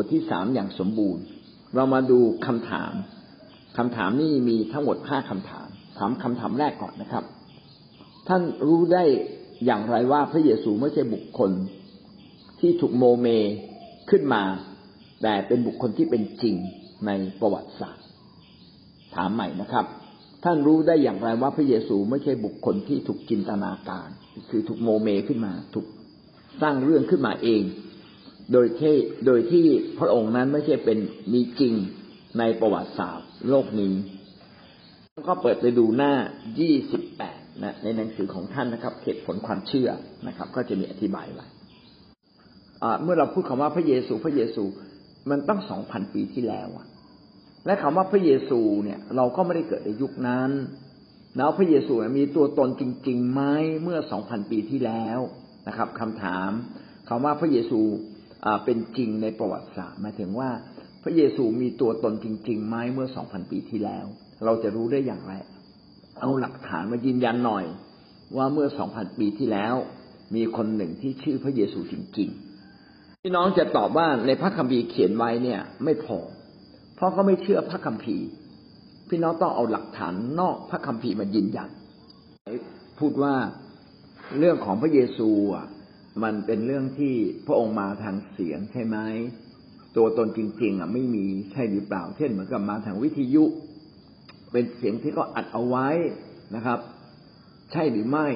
ที่3อย่างสมบูรณ์เรามาดูคำถามนี่มีทั้งหมด5คำถามถามคำถามแรกก่อนนะครับท่านรู้ได้อย่างไรว่าพระเยซูไม่ใช่บุคคลที่ถูกโมเมขึ้นมาแต่เป็นบุคคลที่เป็นจริงในประวัติศาสตร์ถามใหม่นะครับท่านรู้ได้อย่างไรว่าพระเยซูไม่ใช่บุคคลที่ถูกจินตนาการคือถูกโมเมขึ้นมาถูกสร้างเรื่องขึ้นมาเองโดยที่พระองค์นั้นไม่ใช่เป็นมีจริงในประวัติศาสตร์โลกนี้ก็เปิดไปดูหน้า28นะในหนังสือของท่านนะครับเหตุผลความเชื่อนะครับก็จะมีอธิบายไว้เมื่อเราพูดคำว่าพระเยซูมันต้อง 2,000 ปีที่แล้วและคำว่าพระเยซูเนี่ยเราก็ไม่ได้เกิดในยุคนั้นแล้วพระเยซูมีตัวตนจริงๆไหมเมื่อ 2,000 ปีที่แล้วนะครับคำถามคำว่าพระเยซูเป็นจริงในประวัติศาสตร์หมายถึงว่าพระเยซูมีตัวตนจริงๆไหมเมื่อ 2,000 ปีที่แล้วเราจะรู้ได้อย่างไรเอาหลักฐานมายืนยันหน่อยว่าเมื่อ 2,000 ปีที่แล้วมีคนหนึ่งที่ชื่อพระเยซูจริงๆพี่น้องจะตอบว่าในพระคัมภีร์เขียนไว้เนี่ยไม่พอเพราะเขาไม่เชื่อพระคัมภีร์พี่น้องต้องเอาหลักฐานนอกพระคัมภีร์มายืนยันพูดว่าเรื่องของพระเยซูมันเป็นเรื่องที่พระองค์มาทางเสียงใช่ไหมตัวตนจริงๆไม่มีใช่หรือเปล่าเช่นเหมือนกับมาทางวิทยุเป็นเสียงที่เขาอัดเอาไว้นะครับใช่หรือไม่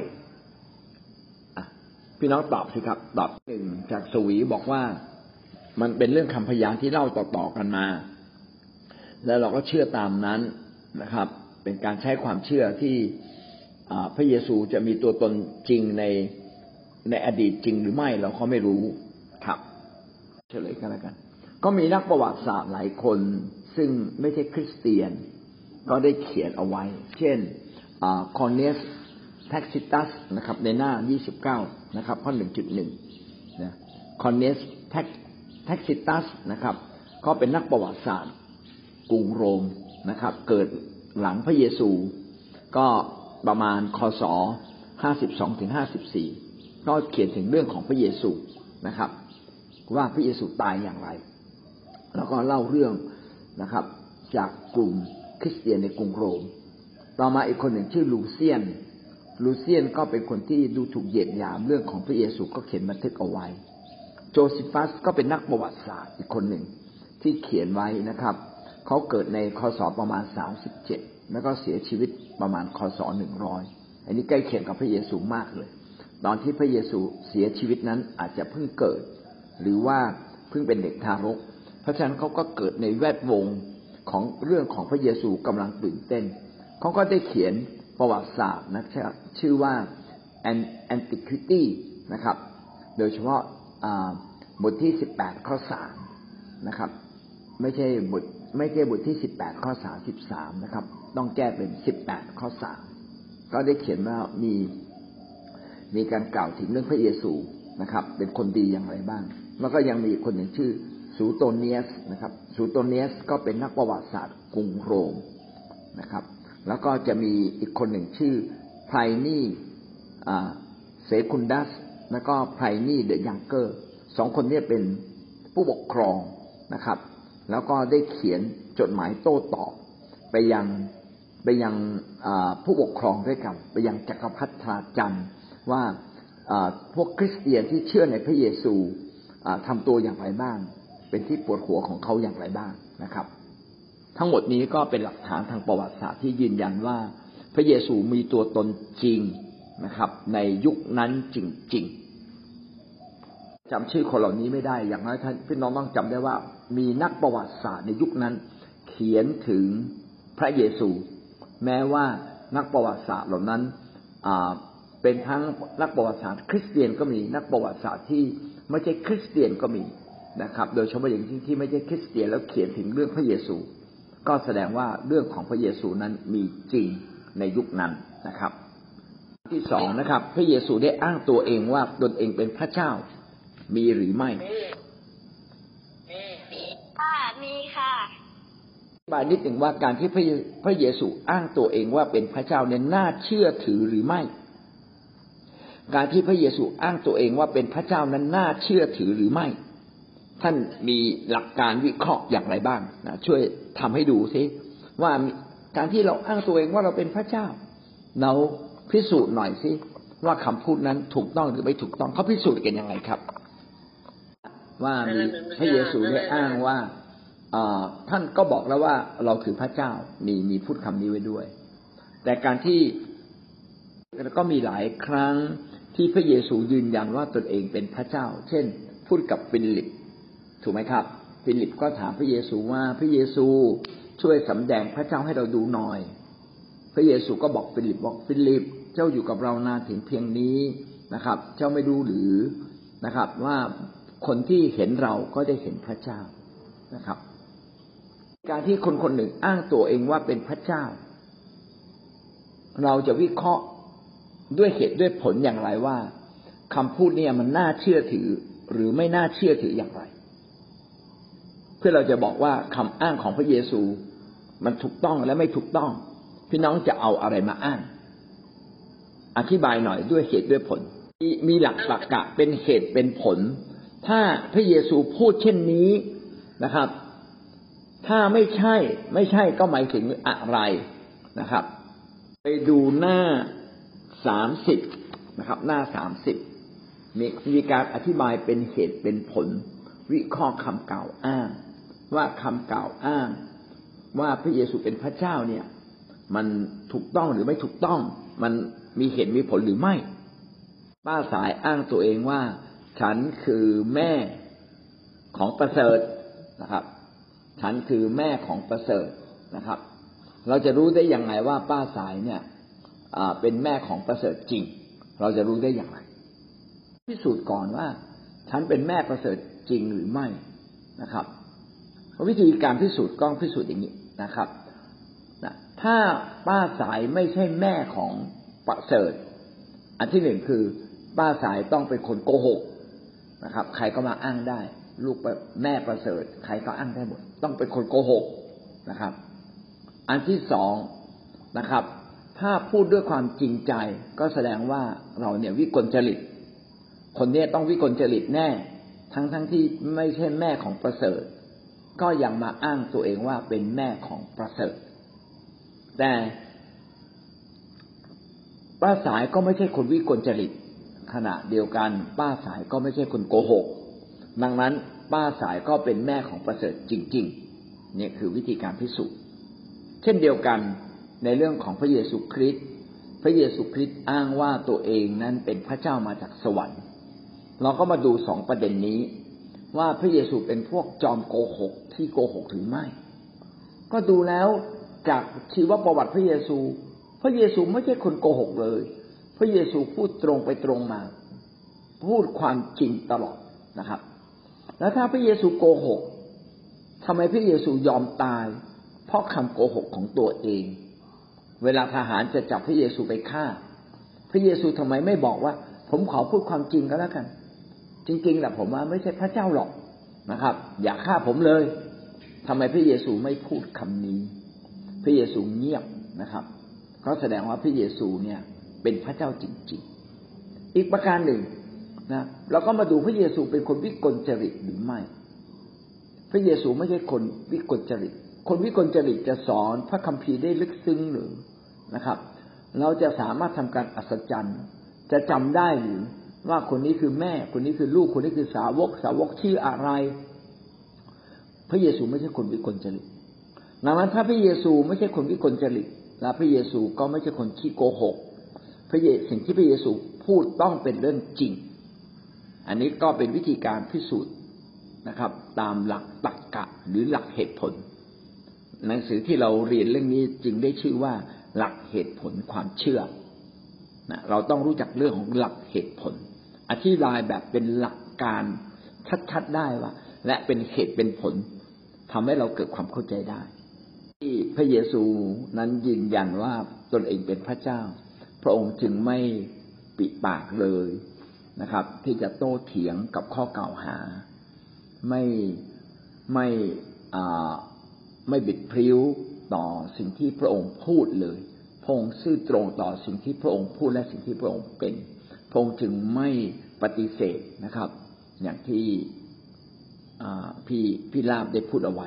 พี่น้องตอบสิครับตอบหนึ่งจากสวีบอกว่ามันเป็นเรื่องคำพยานที่เล่าต่อๆกันมาแล้วเราก็เชื่อตามนั้นนะครับเป็นการใช้ความเชื่อที่พระเยซูจะมีตัวตนจริงในอดีตจริงหรือไม่เราก็ไม่รู้ครับเฉลยกันแล้วกันก็มีนักประวัติศาสตร์หลายคนซึ่งไม่ใช่คริสเตียนก็ได้เขียนเอาไว้เช่นคอนเนสแท็กซิตัสนะครับในหน้า29นะครับข้อ 1.1 นะคอนเนสแท็กซิตัสนะครับก็เป็นนักประวัติศาสตร์กรุงโรมนะครับเกิดหลังพระเยซูก็ประมาณคศ52-54ก็เขียนถึงเรื่องของพระเยซูนะครับว่าพระเยซูตายอย่างไรแล้วก็เล่าเรื่องนะครับจากกลุ่มคริสเตียนในกรุงโรมต่อมาอีกคนหนึ่งชื่อลูเซียนก็เป็นคนที่ดูถูกเหยียดหยามเรื่องของพระเยซูก็เขียนบันทึกเอาไว้โจซิฟัสก็เป็นนักประวัติศาสตร์อีกคนหนึ่งที่เขียนไว้นะครับเขาเกิดในคศประมาณ37แล้วก็เสียชีวิตประมาณคศ100อันนี้ใกล้เคียงกับพระเยซูมากเลยตอนที่พระเยซูเสียชีวิตนั้นอาจจะเพิ่งเกิดหรือว่าเพิ่งเป็นเด็กทารกเพราะฉะนั้นเขาก็เกิดในแวดวงของเรื่องของพระเยซูกำลังตื่นเต้นเขาก็ได้เขียนประวัติศาสตร์นะครับชื่อว่า Antiquity นะครับโดยเฉพาะบทที่18ข้อ3นะครับไม่ใช่บทที่18ข้อ33นะครับต้องแก้เป็น18ข้อ3ก็ได้เขียนว่ามีการกล่าวถึงเรื่องพระเยซูนะครับเป็นคนดีอย่างไรบ้างแล้วก็ยังมีคนหนึ่งชื่อซูโตเนียสนะครับซูโตเนียสก็เป็นนักประวัติศาสตร์กรุงโรมนะครับแล้วก็จะมีอีกคนหนึ่งชื่อไพรนีเซคุนดัสแล้วก็ไพรนีเดอะยังเกอร์สองคนนี้เป็นผู้ปกครองนะครับแล้วก็ได้เขียนจดหมายโต้ตอบไปยังผู้ปกครองด้วยกันไปยังจักรพรรดิทราจันว่าพวกคริสเตียนที่เชื่อในพระเยซูทำตัวอย่างไรบ้างเป็นที่ปวดหัวของเขาอย่างไรบ้างนะครับทั้งหมดนี้ก็เป็นหลักฐานทางประวัติศาสตร์ที่ยืนยันว่าพระเยซูมีตัวตนจริงนะครับในยุคนั้นจริงๆจำชื่อคนเหล่านี้ไม่ได้อย่างน้อยท่านพี่น้องต้องจำได้ว่ามีนักประวัติศาสตร์ในยุคนั้นเขียนถึงพระเยซูแม้ว่านักประวัติศาสตร์เหล่านั้นเป็นทั้งนักประวัติศาสตร์คริสเตียนก็มีนักประวัติศาสตร์ที่ไม่ใช่คริสเตียนก็มีนะครับโดยเฉพาะอย่างยิ่งที่ไม่ใช่คริสเตียนแล้วเขียนถึงเรื่องพระเยซูก็แสดงว่าเรื่องของพระเยซูนั้นมีจริงในยุคนั้นนะครับที่สองนะครับพระเยซูได้อ้างตัวเองว่าตนเองเป็นพระเจ้ามีหรือไม่มีค่ะบายนิดหนึ่งว่าการที่พระเยซูอ้างตัวเองว่าเป็นพระเจ้าเนี่ยน่าเชื่อถือหรือไม่การที่พระเยซูอ้างตัวเองว่าเป็นพระเจ้านั้นน่าเชื่อถือหรือไม่ท่านมีหลักการวิเคราะห์อย่างไรบ้างนะช่วยทำให้ดูซิว่าการที่เราอ้างตัวเองว่าเราเป็นพระเจ้าเราพิสูจน์หน่อยซิว่าคำพูดนั้นถูกต้องหรือไม่ถูกต้องเขาพิสูจน์กันยังไงครับว่ามีพระเยซูได้อ้างว่าท่านก็บอกแล้วว่าเราคือพระเจ้ามีพูดคำนี้ไว้ด้วยแต่การที่ก็มีหลายครั้งที่พระเยซูยืนยันว่าตนเองเป็นพระเจ้าเช่นพูดกับฟิลิปถูกไหมครับฟิลิปก็ถามพระเยซูว่าพระเยซูช่วยสำแดงพระเจ้าให้เราดูหน่อยพระเยซูก็บอกฟิลิปเจ้าอยู่กับเรานานถึงเพียงนี้นะครับเจ้าไม่รู้หรือนะครับว่าคนที่เห็นเราก็ได้เห็นพระเจ้านะครับการที่คนคนหนึ่งอ้างตัวเองว่าเป็นพระเจ้าเราจะวิเคราะห์ด้วยเหตุด้วยผลอย่างไรว่าคำพูดเนี่ยมันน่าเชื่อถือหรือไม่น่าเชื่อถืออย่างไรเพื่อเราจะบอกว่าคำอ้างของพระเยซูมันถูกต้องและไม่ถูกต้องพี่น้องจะเอาอะไรมาอ้างอธิบายหน่อยด้วยเหตุด้วยผลมีหลักตรรกะเป็นเหตุเป็นผลถ้าพระเยซูพูดเช่นนี้นะครับถ้าไม่ใช่ก็หมายถึงอะไรนะครับไปดูหน้า30นะครับหน้า30มีการอธิบายเป็นเหตุเป็นผลวิเคราะห์คำกล่าวอ้างว่าคำกล่าวอ้างว่าพระเยซูเป็นพระเจ้าเนี่ยมันถูกต้องหรือไม่ถูกต้องมันมีเหตุมีผลหรือไม่ป้าสายอ้างตัวเองว่าฉันคือแม่ของประเสริฐนะครับฉันคือแม่ของประเสริฐนะครับเราจะรู้ได้อย่างไรว่าป้าสายเนี่ยเป็นแม่ของประเสริฐจริงเราจะรู้ได้อย่างไรพิสูจน์ก่อนว่าฉันเป็นแม่ประเสริฐจริงหรือไม่นะครับวิธีการพิสูจน์ก็พิสูจน์อย่างนี้นะครับถ้าป้าสายไม่ใช่แม่ของประเสริฐอันที่หนึ่งคือป้าสายต้องเป็นคนโกหกนะครับใครก็มาอ้างได้ลูกแม่ประเสริฐใครก็อ้างได้หมดต้องเป็นคนโกหกนะครับอันที่สองนะครับถ้าพูดด้วยความจริงใจก็แสดงว่าเราเนี่ยวิกลจริตคนนี้ต้องวิกลจริตแน่ทั้งที่ไม่ใช่แม่ของประเสริฐก็ยังมาอ้างตัวเองว่าเป็นแม่ของประเสริฐแต่ป้าสายก็ไม่ใช่คนวิกลจริตขณะเดียวกันป้าสายก็ไม่ใช่คนโกหกดังนั้นป้าสายก็เป็นแม่ของประเสริฐจริงๆนี่คือวิธีการพิสูจน์เช่นเดียวกันในเรื่องของพระเยซูคริสต์พระเยซูคริสต์อ้างว่าตัวเองนั้นเป็นพระเจ้ามาจากสวรรค์เราก็มาดูสองประเด็นนี้ว่าพระเยซูเป็นพวกจอมโกหกที่โกหกหรือไม่ก็ดูแล้วจากชีวประวัติพระเยซูไม่ใช่คนโกหกเลยพระเยซูพูดตรงไปตรงมาพูดความจริงตลอดนะครับแล้วถ้าพระเยซูโกหกทำไมพระเยซูยอมตายเพราะคำโกหกของตัวเองเวลาทหารจะจับพระเยซูไปฆ่าพระเยซูทำไมไม่บอกว่าผมขอพูดความจริงก็แล้วกันจริงๆแหละผมว่าไม่ใช่พระเจ้าหรอกนะครับอย่าฆ่าผมเลยทำไมพระเยซูไม่พูดคำนี้พระเยซูเงียบนะครับก็แสดงว่าพระเยซูเนี่ยเป็นพระเจ้าจริงๆอีกประการหนึ่งนะเราก็มาดูพระเยซูเป็นคนวิกลจริตหรือไม่พระเยซูไม่ใช่คนวิกลจริตคนวิกลจริตจะสอนพระคัมภีร์ได้ลึกซึ้งหรือนะครับเราจะสามารถทำการอัศจรรย์จะจำได้หรือว่าคนนี้คือแม่คนนี้คือลูกคนนี้คือสาวกชื่ออะไรพระเยซูไม่ใช่คนวิกลจริตดังนั้นถ้าพระเยซูไม่ใช่คนวิกลจริตและพระเยซูก็ไม่ใช่คนขี้โกหกสิ่งที่พระเยซูพูดต้องเป็นเรื่องจริงอันนี้ก็เป็นวิธีการพิสูจน์นะครับตามหลักตรรกะหรือหลักเหตุผลหนังสือที่เราเรียนเรื่องนี้จึงได้ชื่อว่าหลักเหตุผลความเชื่อนะเราต้องรู้จักเรื่องของหลักเหตุผลอธิบายแบบเป็นหลักการชัดๆได้ว่าและเป็นเหตุเป็นผลทำให้เราเกิดความเข้าใจได้ที่พระเยซูนั้นยืนยันว่าตนเองเป็นพระเจ้าพระองค์จึงไม่ปิดปากเลยนะครับที่จะโต้เถียงกับข้อกล่าวหาไม่บิดพริ้วต่อสิ่งที่พระองค์พูดเลยพระองค์ซื่อตรงต่อสิ่งที่พระองค์พูดและสิ่งที่พระองค์เป็นพระองค์จึงไม่ปฏิเสธนะครับอย่างที่พี่ลาบได้พูดเอาไว้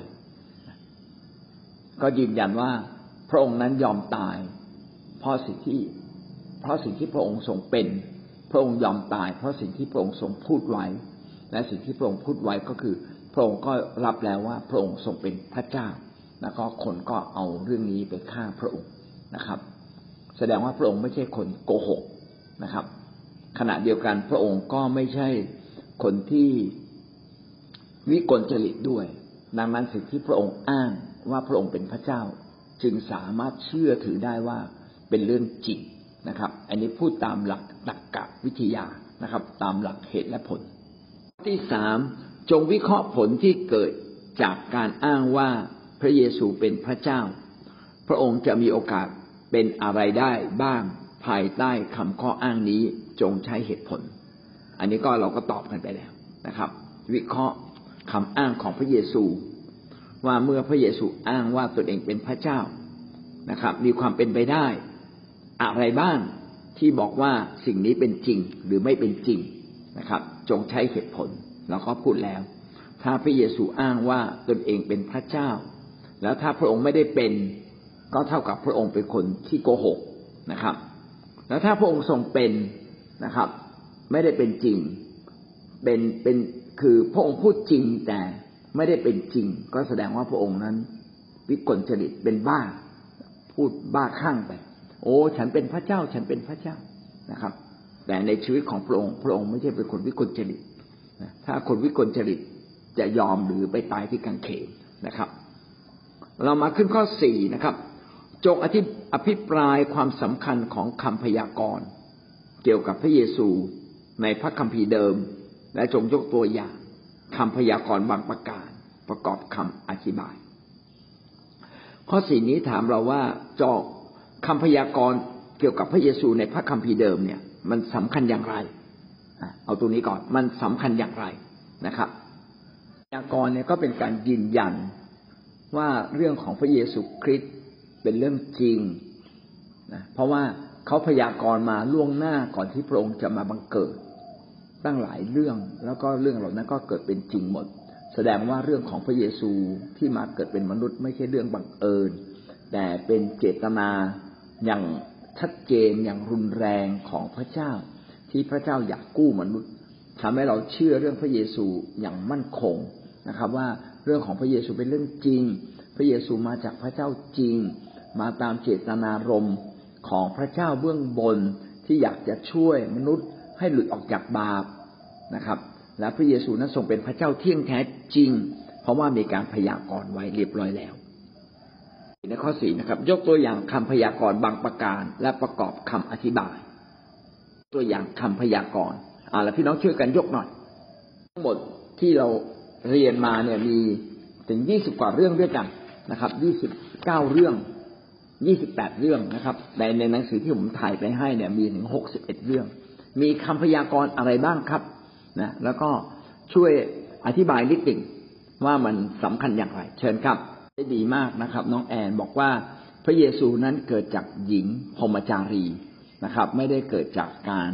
ก็ยืนยันว่าพระองค์นั้นยอมตายเพราะสิ่งที่พระองค์ทรงเป็นพระองค์ยอมตายเพราะสิ่งที่พระองค์ทรงพูดไว้และสิ่งที่พระองค์พูดไว้ก็คือพระองค์ก็รับแล้วว่าพระองค์ทรงเป็นพระเจ้าแล้วก็คนก็เอาเรื่องนี้ไปฆ่าพระองค์นะครับแสดงว่าพระองค์ไม่ใช่คนโกหกนะครับขณะเดียวกันพระองค์ก็ไม่ใช่คนที่วิกลจริตด้วยดังนั้นสิ่งที่พระองค์อ้างว่าพระองค์เป็นพระเจ้าจึงสามารถเชื่อถือได้ว่าเป็นเรื่องจริงนะครับอันนี้พูดตามหลักตรรกวิทยานะครับตามหลักเหตุและผลที่3จงวิเคราะห์ผลที่เกิดจากการอ้างว่าพระเยซูเป็นพระเจ้าพระองค์จะมีโอกาสเป็นอะไรได้บ้างภายใต้คำข้ออ้างนี้จงใช้เหตุผลอันนี้ก็เราก็ตอบกันไปแล้วนะครับวิเคราะห์คำอ้างของพระเยซูว่าเมื่อพระเยซูอ้างว่าตนเองเป็นพระเจ้านะครับมีความเป็นไปได้อะไรบ้างที่บอกว่าสิ่งนี้เป็นจริงหรือไม่เป็นจริงนะครับจงใช้เหตุผลเราก็พูดแล้วถ้าพระเยซูอ้างว่าตนเองเป็นพระเจ้าแล้วถ้าพระองค์ไม่ได้เป็นก็เท่ากับพระองค์เป็นคนที่โกหกนะครับแล้วถ้าพระองค์ทรงเป็นนะครับไม่ได้เป็นจริงเป็นคือพระองค์พูดจริงแต่ไม่ได้เป็นจริงก็แสดงว่าพระองค์นั้นวิกลจริตเป็นบ้าพูดบ้าคลั่งไปโอ้ฉันเป็นพระเจ้าฉันเป็นพระเจ้านะครับแต่ในชีวิตของพระองค์ไม่ใช่เป็นคนวิกลจริตถ้าคนวิกลจริตจะยอมหรือไปตายที่กางเขนนะครับเรามาขึ้นข้อ4นะครับจงอภิปรายความสำคัญของคำพยากรณ์เกี่ยวกับพระเยซูในพระคัมภีร์เดิมและจงยกตัวอย่างคำพยากรณ์บางประการประกอบคำอธิบายข้อ4นี้ถามเราว่าคำพยากรณ์เกี่ยวกับพระเยซูในพระคัมภีร์เดิมเนี่ยมันสำคัญอย่างไรเอาตรงนี้ก่อนมันสำคัญอย่างไรนะครับพยากรณ์เนี่ยก็เป็นการยืนยันว่าเรื่องของพระเยซูคริสต์เป็นเรื่องจริงนะเพราะว่าเขาพยากรณ์มาล่วงหน้าก่อนที่พระองค์จะมาบังเกิดตั้งหลายเรื่องแล้วก็เรื่องเหล่านั้นก็เกิดเป็นจริงหมดแสดงว่าเรื่องของพระเยซูที่มาเกิดเป็นมนุษย์ไม่ใช่เรื่องบังเอิญแต่เป็นเจตนาอย่างชัดเจนอย่างรุนแรงของพระเจ้าที่พระเจ้าอยากกู้มนุษย์ทำให้เราเชื่อเรื่องพระเยซูอย่างมั่นคงนะครับว่าเรื่องของพระเยซูเป็นเรื่องจริงพระเยซูมาจากพระเจ้าจริงมาตามเจตนารมณ์ของพระเจ้าเบื้องบนที่อยากจะช่วยมนุษย์ให้หลุดออกจากบาปนะครับและพระเยซูนั้นทรงเป็นพระเจ้าเที่ยงแท้จริงเพราะว่ามีการพยากรณ์ไว้เรียบร้อยแล้วในข้อ4นะครับยกตัวอย่างคำพยากรณ์บางประการและประกอบคำอธิบายตัวอย่างคำพยากรณ์แล้วพี่น้องช่วยกันยกหน่อยทั้งหมดที่เราเรียนมาเนี่ยมีถึง20กว่าเรื่องด้วยกันนะครับ29เรื่อง28เรื่องนะครับในหนังสือที่ผมถ่ายไปให้เนี่ยมีถึง61เรื่องมีคำพยากรณ์อะไรบ้างครับนะแล้วก็ช่วยอธิบายนิดหนึ่งว่ามันสำคัญอย่างไรเชิญครับได้ดีมากนะครับน้องแอนบอกว่าพระเยซูนั้นเกิดจากหญิงพรหมจารีนะครับไม่ได้เกิดจาก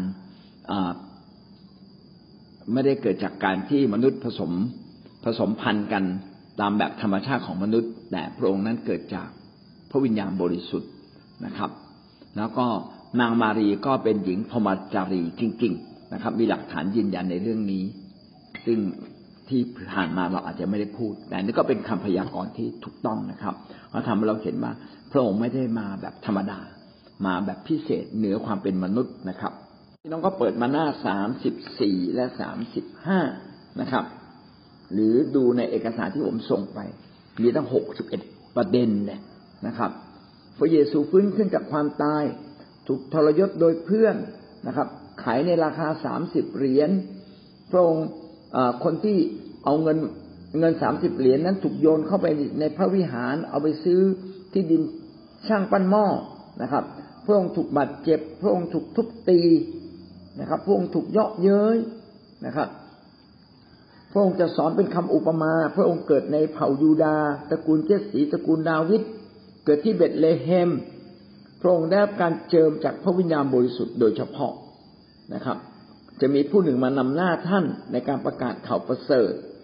การที่มนุษย์ผสมพันธุ์กันตามแบบธรรมชาติของมนุษย์แต่พระองค์นั้นเกิดจากพระวิญญาณบริสุทธิ์นะครับแล้วก็นางมารีก็เป็นหญิงพรหมจารีจริงๆนะครับมีหลักฐานยืนยันในเรื่องนี้ซึ่งที่ผ่านมาเราอาจจะไม่ได้พูดแต่นี่ก็เป็นคำพยากรณ์ที่ถูกต้องนะครับเพราะทำให้เราเห็นว่าพระองค์ไม่ได้มาแบบธรรมดามาแบบพิเศษเหนือความเป็นมนุษย์นะครับพี่น้องก็เปิดมาหน้า34และ35นะครับหรือดูในเอกสารที่ผมส่งไปมีตั้ง61ประเด็นเนี่ยนะครับพระเยซูฟื้นขึ้นจากความตายถูกทรยศโดยเพื่อนนะครับขายในราคา30เหรียญพระองค์คนที่เอาเงิน30เหรียญนั้นถูกโยนเข้าไปในพระวิหารเอาไปซื้อที่ดินช่างปั้นหม้อนะครับพระองค์ถูกบาดเจ็บพระองค์ถูกทุบตีนะครับพระองค์ถูกเยาะเย้ยนะครับพระองค์จะสอนเป็นคำอุปมาพระองค์เกิดในเผ่ายูดาห์ตระกูลเจสสีตระกูลดาวิดเกิดที่เบธเลเฮมพระองค์ได้รับการเจิมจากพระวิญญาณบริสุทธิ์โดยเฉพาะนะครับจะมีผู้หนึ่งมานำหน้าท่านในการประกาศข่าวประเสริฐ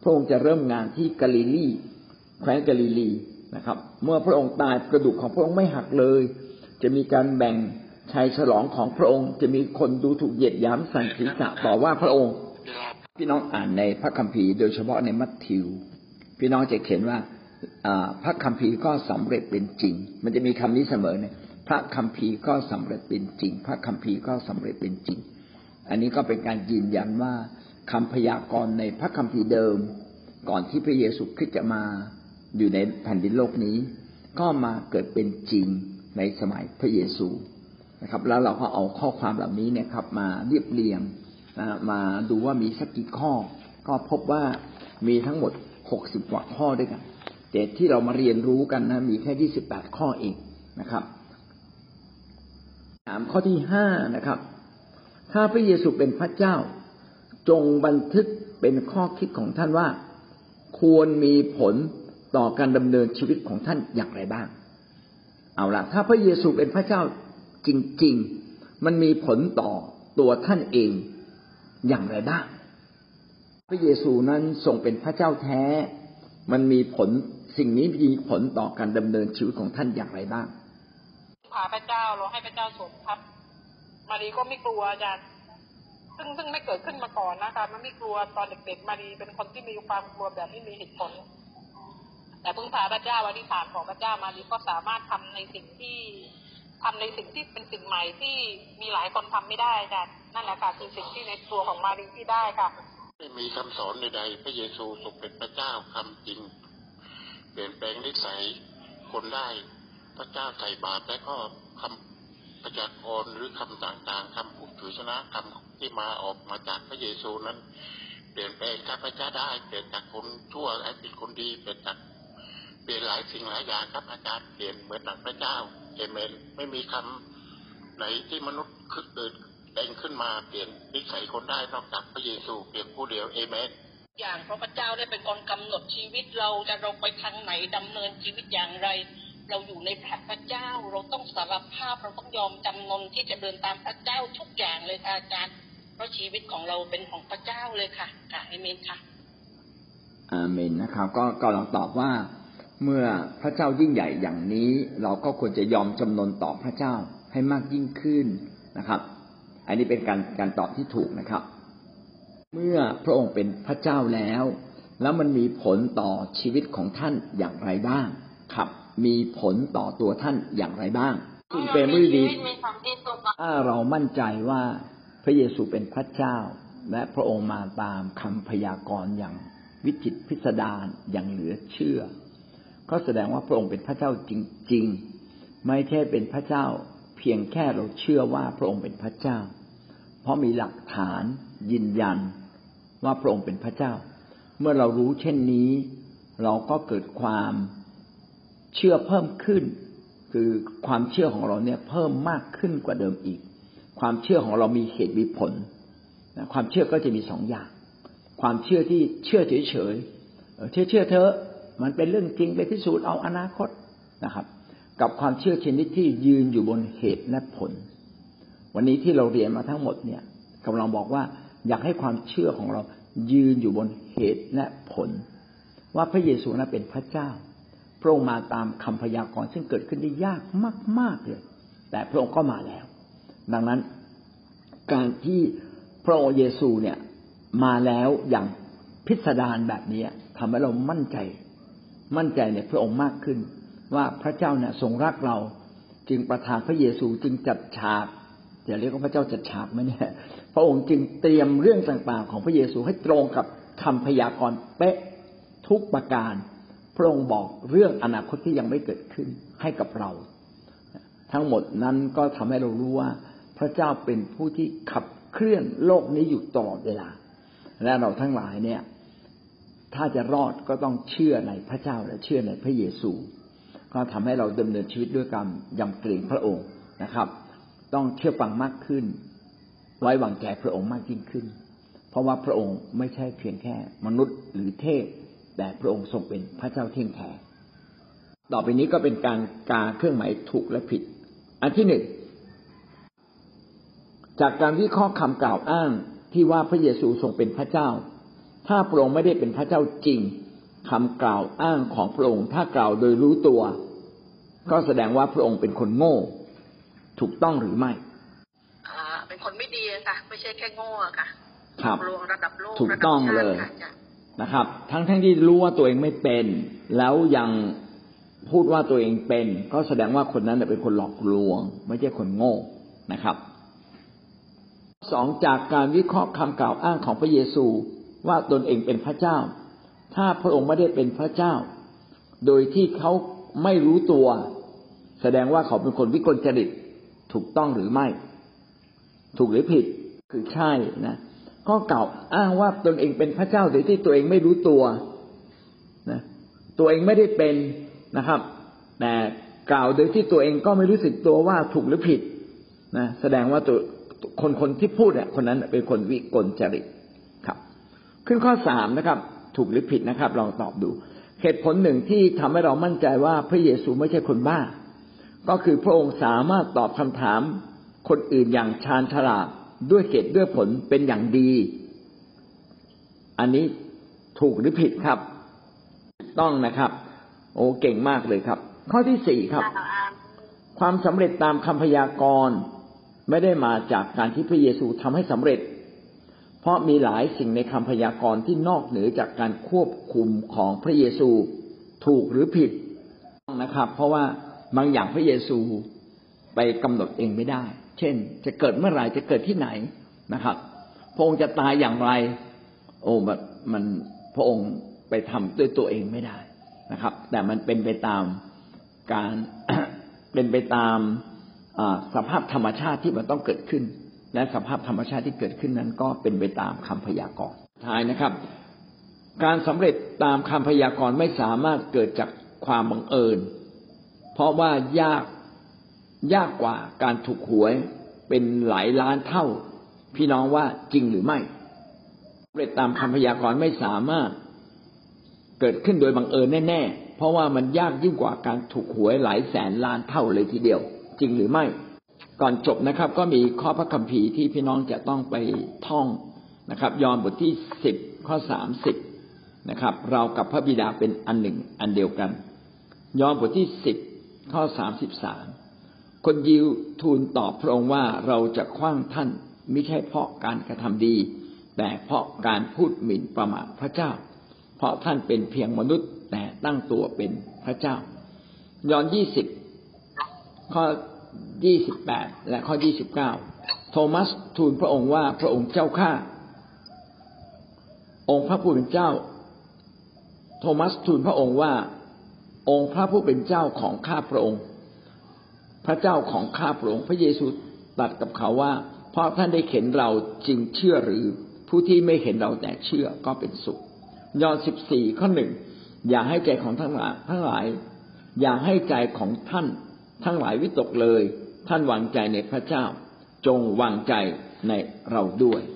พระองค์จะเริ่มงานที่กาลิลีแคว้นกาลิลีนะครับเมื่อพระองค์ตายกระดูกของพระองค์ไม่หักเลยจะมีการแบ่งชัยฉลองของพระองค์จะมีคนดูถูกเหยียดหยามสั่นศีรษะต่อว่าพระองค์พี่น้องอ่านในพระคัมภีร์โดยเฉพาะในมัทธิวพี่น้องจะเขียนว่าพระคัมภีร์ก็สำเร็จเป็นจริงมันจะมีคำนี้เสมอเนี่ยพระคัมภีร์ก็สำเร็จเป็นจริงพระคัมภีร์ก็สำเร็จเป็นจริงอันนี้ก็เป็นการยืนยันว่าคำพยากรณ์ในพระคัมภีร์เดิมก่อนที่พระเยซูคริสต์จะมาอยู่ในแผ่นดินโลกนี้ก็มาเกิดเป็นจริงในสมัยพระเยซูนะครับแล้วเราก็เอาข้อความเหล่านี้เนี่ยครับมาเรียบเรียงมาดูว่ามีสักกี่ข้อก็พบว่ามีทั้งหมด60กว่าข้อด้วยกันแต่ที่เรามาเรียนรู้กันนะมีแค่28ข้อเองนะครับถามข้อที่5นะครับถ้าพระเยซูเป็นพระเจ้าจงบันทึกเป็นข้อคิดของท่านว่าควรมีผลต่อการดำเนินชีวิตของท่านอย่างไรบ้างเอาล่ะถ้าพระเยซูเป็นพระเจ้าจริงๆมันมีผลต่อตัวท่านเองอย่างไรบ้างพระเยซูนั้นทรงเป็นพระเจ้าแท้มันมีผลสิ่งนี้มีผลต่อการดำเนินชีวิตของท่านอย่างไรบ้างพาพระเจ้าเราให้พระเจ้าทรงทับมารีก็ไม่กลัวอาจารย์ซึ่งไม่เกิดขึ้นมาก่อนนะคะมันไม่กลัวตอนเด็กๆมารีเป็นคนที่มีความกลัวแบบไม่มีเหตุผลแต่พึ่งพาพระเจ้าอธิษฐานของพระเจ้ามารีก็สามารถทำในสิ่งที่เป็นสิ่งใหม่ที่มีหลายคนทำไม่ได้อาจารย์นั่นแหละค่ะคือสิ่งที่ในตัวของมารีที่ได้ค่ะไม่มีคำสอนใดๆพระเยซูทรงเป็นพระเจ้าคำจริงเปลี่ยนแปลงนิสัยคนได้พระเจ้าใส่บาตรและก็คำพยากรณ์หรือคำต่างๆคำพูดถือชนะคำที่มาออกมาจากพระเยซูนั้นเปลี่ยนแปลงข้าพเจ้าได้เปลี่ยนจากคนชั่วให้เป็นคนดีเปลี่ยนหลายสิ่งหลายอย่างครับอาจารย์เปลี่ยนเหมือนหนังพระเจ้าเอเมนไม่มีคำไหนที่มนุษย์เกิดแดงขึ้นมาเปลี่ยนนิสัยคนได้นอกจากพระเยซูเพียงผู้เดียวเอเมนอย่างเพราะพระเจ้าได้เป็นคนกำหนดชีวิตเราจะเราไปทางไหนดำเนินชีวิตอย่างไรเราอยู่ในพระเจ้าเราต้องสารภาพเราต้องยอมจำนนที่จะเดินตามพระเจ้าทุกอย่างเลยค่ะอาจารย์เพราะชีวิตของเราเป็นของพระเจ้าเลยค่ะค่ะอาเมนค่ะอาเมนนะครับก็ลองตอบว่าเมื่อพระเจ้ายิ่งใหญ่อย่างนี้เราก็ควรจะยอมจำนนต่อพระเจ้าให้มากยิ่งขึ้นนะครับอันนี้เป็นการตอบที่ถูกนะครับเมื่อพระองค์เป็นพระเจ้าแล้วมันมีผลต่อชีวิตของท่านอย่างไรบ้างครับมีผลต่อตัวท่านอย่างไรบ้างคุณเป็นผู้ดีถ้าเรามั่นใจว่าพระเยซูเป็นพระเจ้าและพระองค์มาตามคำพยากรณ์อย่างวิจิตรพิสดารอย่างเหลือเชื่อก็แสดงว่าพระองค์เป็นพระเจ้าจริงๆไม่ใช่เป็นพระเจ้าเพียงแค่เราเชื่อว่าพระองค์เป็นพระเจ้าเพราะมีหลักฐานยืนยันว่าพระองค์เป็นพระเจ้าเมื่อเรารู้เช่นนี้เราก็เกิดความเชื่อเพิ่มขึ้นคือความเชื่อของเราเนี่ยเพิ่มมากขึ้นกว่าเดิมอีกความเชื่อของเรามีเหตุมีผลความเชื่อก็จะมี2อย่างความเชื่อที่เชื่อเฉยๆเชื่อเถอะมันเป็นเรื่องจริงไปพิสูจน์เอาอนาคตนะครับกับความเชื่อชนิดที่ยืนอยู่บนเหตุและผลวันนี้ที่เราเรียนมาทั้งหมดเนี่ยกำลังบอกว่าอยากให้ความเชื่อของเรายืนอยู่บนเหตุและผลว่าพระเยซูนั้นเป็นพระเจ้าพระองค์มาตามคำพยากรณ์ซึ่งเกิดขึ้นได้ยากมากๆเลยแต่พระองค์ก็มาแล้วดังนั้นการที่พระองค์เยซูเนี่ยมาแล้วอย่างพิสดารแบบนี้ทำให้เรามั่นใจในพระองค์มากขึ้นว่าพระเจ้าเนี่ยทรงรักเราจึงประทานพระเยซูจึงจัดฉากอย่าเรียกว่าพระเจ้าจัดฉากไหมเนี่ยพระองค์จึงเตรียมเรื่องต่างๆของพระเยซูให้ตรงกับคำพยากรณ์เป๊ะทุกประการพระองค์บอกเรื่องอนาคตที่ยังไม่เกิดขึ้นให้กับเราทั้งหมดนั้นก็ทำให้เรารู้ว่าพระเจ้าเป็นผู้ที่ขับเคลื่อนโลกนี้อยู่ตลอดเวลาและเราทั้งหลายเนี่ยถ้าจะรอดก็ต้องเชื่อในพระเจ้าและเชื่อในพระเยซูก็ทำให้เราดำเนินชีวิตด้วยการยำเกรงพระองค์นะครับต้องเชื่อฟังมากขึ้นไว้วางใจพระองค์มากยิ่งขึ้นเพราะว่าพระองค์ไม่ใช่เพียงแค่มนุษย์หรือเทพแต่พระองค์ทรงเป็นพระเจ้าเที่ยงแท้ต่อไปนี้ก็เป็นการกาเครื่องหมายถูกและผิดอันที่1จากการวิเคราะห์คำกล่าวอ้างที่ว่าพระเยซูทรงเป็นพระเจ้าถ้าพระองค์ไม่ได้เป็นพระเจ้าจริงคำกล่าวอ้างของพระองค์ถ้ากล่าวโดยรู้ตัวก็แสดงว่าพระองค์เป็นคนโง่ถูกต้องหรือไม่เป็นคนไม่ดีค่ะไม่ใช่แค่โง่ค่ะครับลวงระดับโลกถูกต้องเลยนะครับทั้งที่รู้ว่าตัวเองไม่เป็นแล้วยังพูดว่าตัวเองเป็นก็แสดงว่าคนนั้นเป็นคนหลอกลวงไม่ใช่คนโง่นะครับ2จากการวิเคราะห์คำกล่าวอ้างของพระเยซูว่าตนเองเป็นพระเจ้าถ้าพระองค์ไม่ได้เป็นพระเจ้าโดยที่เขาไม่รู้ตัวแสดงว่าเขาเป็นคนวิกลจริตถูกต้องหรือไม่ถูกหรือผิดคือใช่นะก็กล่าวอ้างว่าตนเองเป็นพระเจ้าโดยที่ตัวเองไม่รู้ตัวนะตัวเองไม่ได้เป็นนะครับแต่กล่าวโดยที่ตัวเองก็ไม่รู้สึกตัวว่าถูกหรือผิดนะแสดงว่าตัวคนที่พูดเนี่ยคนนั้นเป็นคนวิกลจริตครับขึ้นข้อ3นะครับถูกหรือผิดนะครับลองตอบดูเหตุผลหนึ่งที่ทำให้เรามั่นใจว่าพระเยซูไม่ใช่คนบ้าก็คือพระองค์สามารถตอบคำถามคนอื่นอย่างชาญฉลาดด้วยเหตุด้วยผลเป็นอย่างดีอันนี้ถูกหรือผิดครับต้องนะครับโอ้เก่งมากเลยครับข้อที่4ครับความสำเร็จตามคำพยากรณ์ไม่ได้มาจากการที่พระเยซูทำให้สำเร็จเพราะมีหลายสิ่งในคำพยากรณ์ที่นอกเหนือจากการควบคุมของพระเยซูถูกหรือผิดนะครับเพราะว่าบางอย่างพระเยซูไปกำหนดเองไม่ได้เช่นจะเกิดเมื่อไหร่จะเกิดที่ไหนนะครับพระองค์จะตายอย่างไรแบบมันพระองค์ไปทำด้วยตัวเองไม่ได้นะครับแต่มันเป็นไปตามการ เป็นไปตามสภาพธรรมชาติที่มันต้องเกิดขึ้นและสภาพธรรมชาติที่เกิดขึ้นนั้นก็เป็นไปตามคำพยากรณ์ท้ายนะครับการสำเร็จตามคำพยากรณ์ไม่สามารถเกิดจากความบังเอิญเพราะว่ายากกว่าการถูกหวยเป็นหลายล้านเท่าพี่น้องว่าจริงหรือไม่สำเร็จตามคำพยากรณ์ไม่สามารถเกิดขึ้นโดยบังเอิญแน่ๆเพราะว่ามันยากยิ่งกว่าการถูกหวยหลายแสนล้านเท่าเลยทีเดียวจริงหรือไม่ก่อนจบนะครับก็มีข้อพระคัมภีร์ที่พี่น้องจะต้องไปท่องนะครับยอห์นบทที่10ข้อ30นะครับเรากับพระบิดาเป็นอันหนึ่งอันเดียวกันยอห์นบทที่10ข้อ33คนยิวทูลตอบพระองค์ว่าเราจะขว้างท่านไม่ใช่เพราะการกระทำดีแต่เพราะการพูดหมิ่นประมาทพระเจ้าเพราะท่านเป็นเพียงมนุษย์แต่ตั้งตัวเป็นพระเจ้ายอห์น20ข้อ28และข้อ29โทมัสทูลพระองค์ว่าพระองค์เจ้าข้าองค์พระผู้เป็นเจ้าโทมัสทูลพระองค์ว่าองค์พระผู้เป็นเจ้าของข้าพระองค์พระเจ้าของข้าพระองค์พระเยซูตรัสกับเขาว่าเพราะท่านได้เห็นเราจึงเชื่อหรือผู้ที่ไม่เห็นเราแต่เชื่อก็เป็นสุขยอห์น14ข้อ1อย่าให้ใจของทั้งหลายอย่าให้ใจของท่านทั้งหลายวิตกเลยท่านวางใจในพระเจ้าจงวางใจในเราด้วย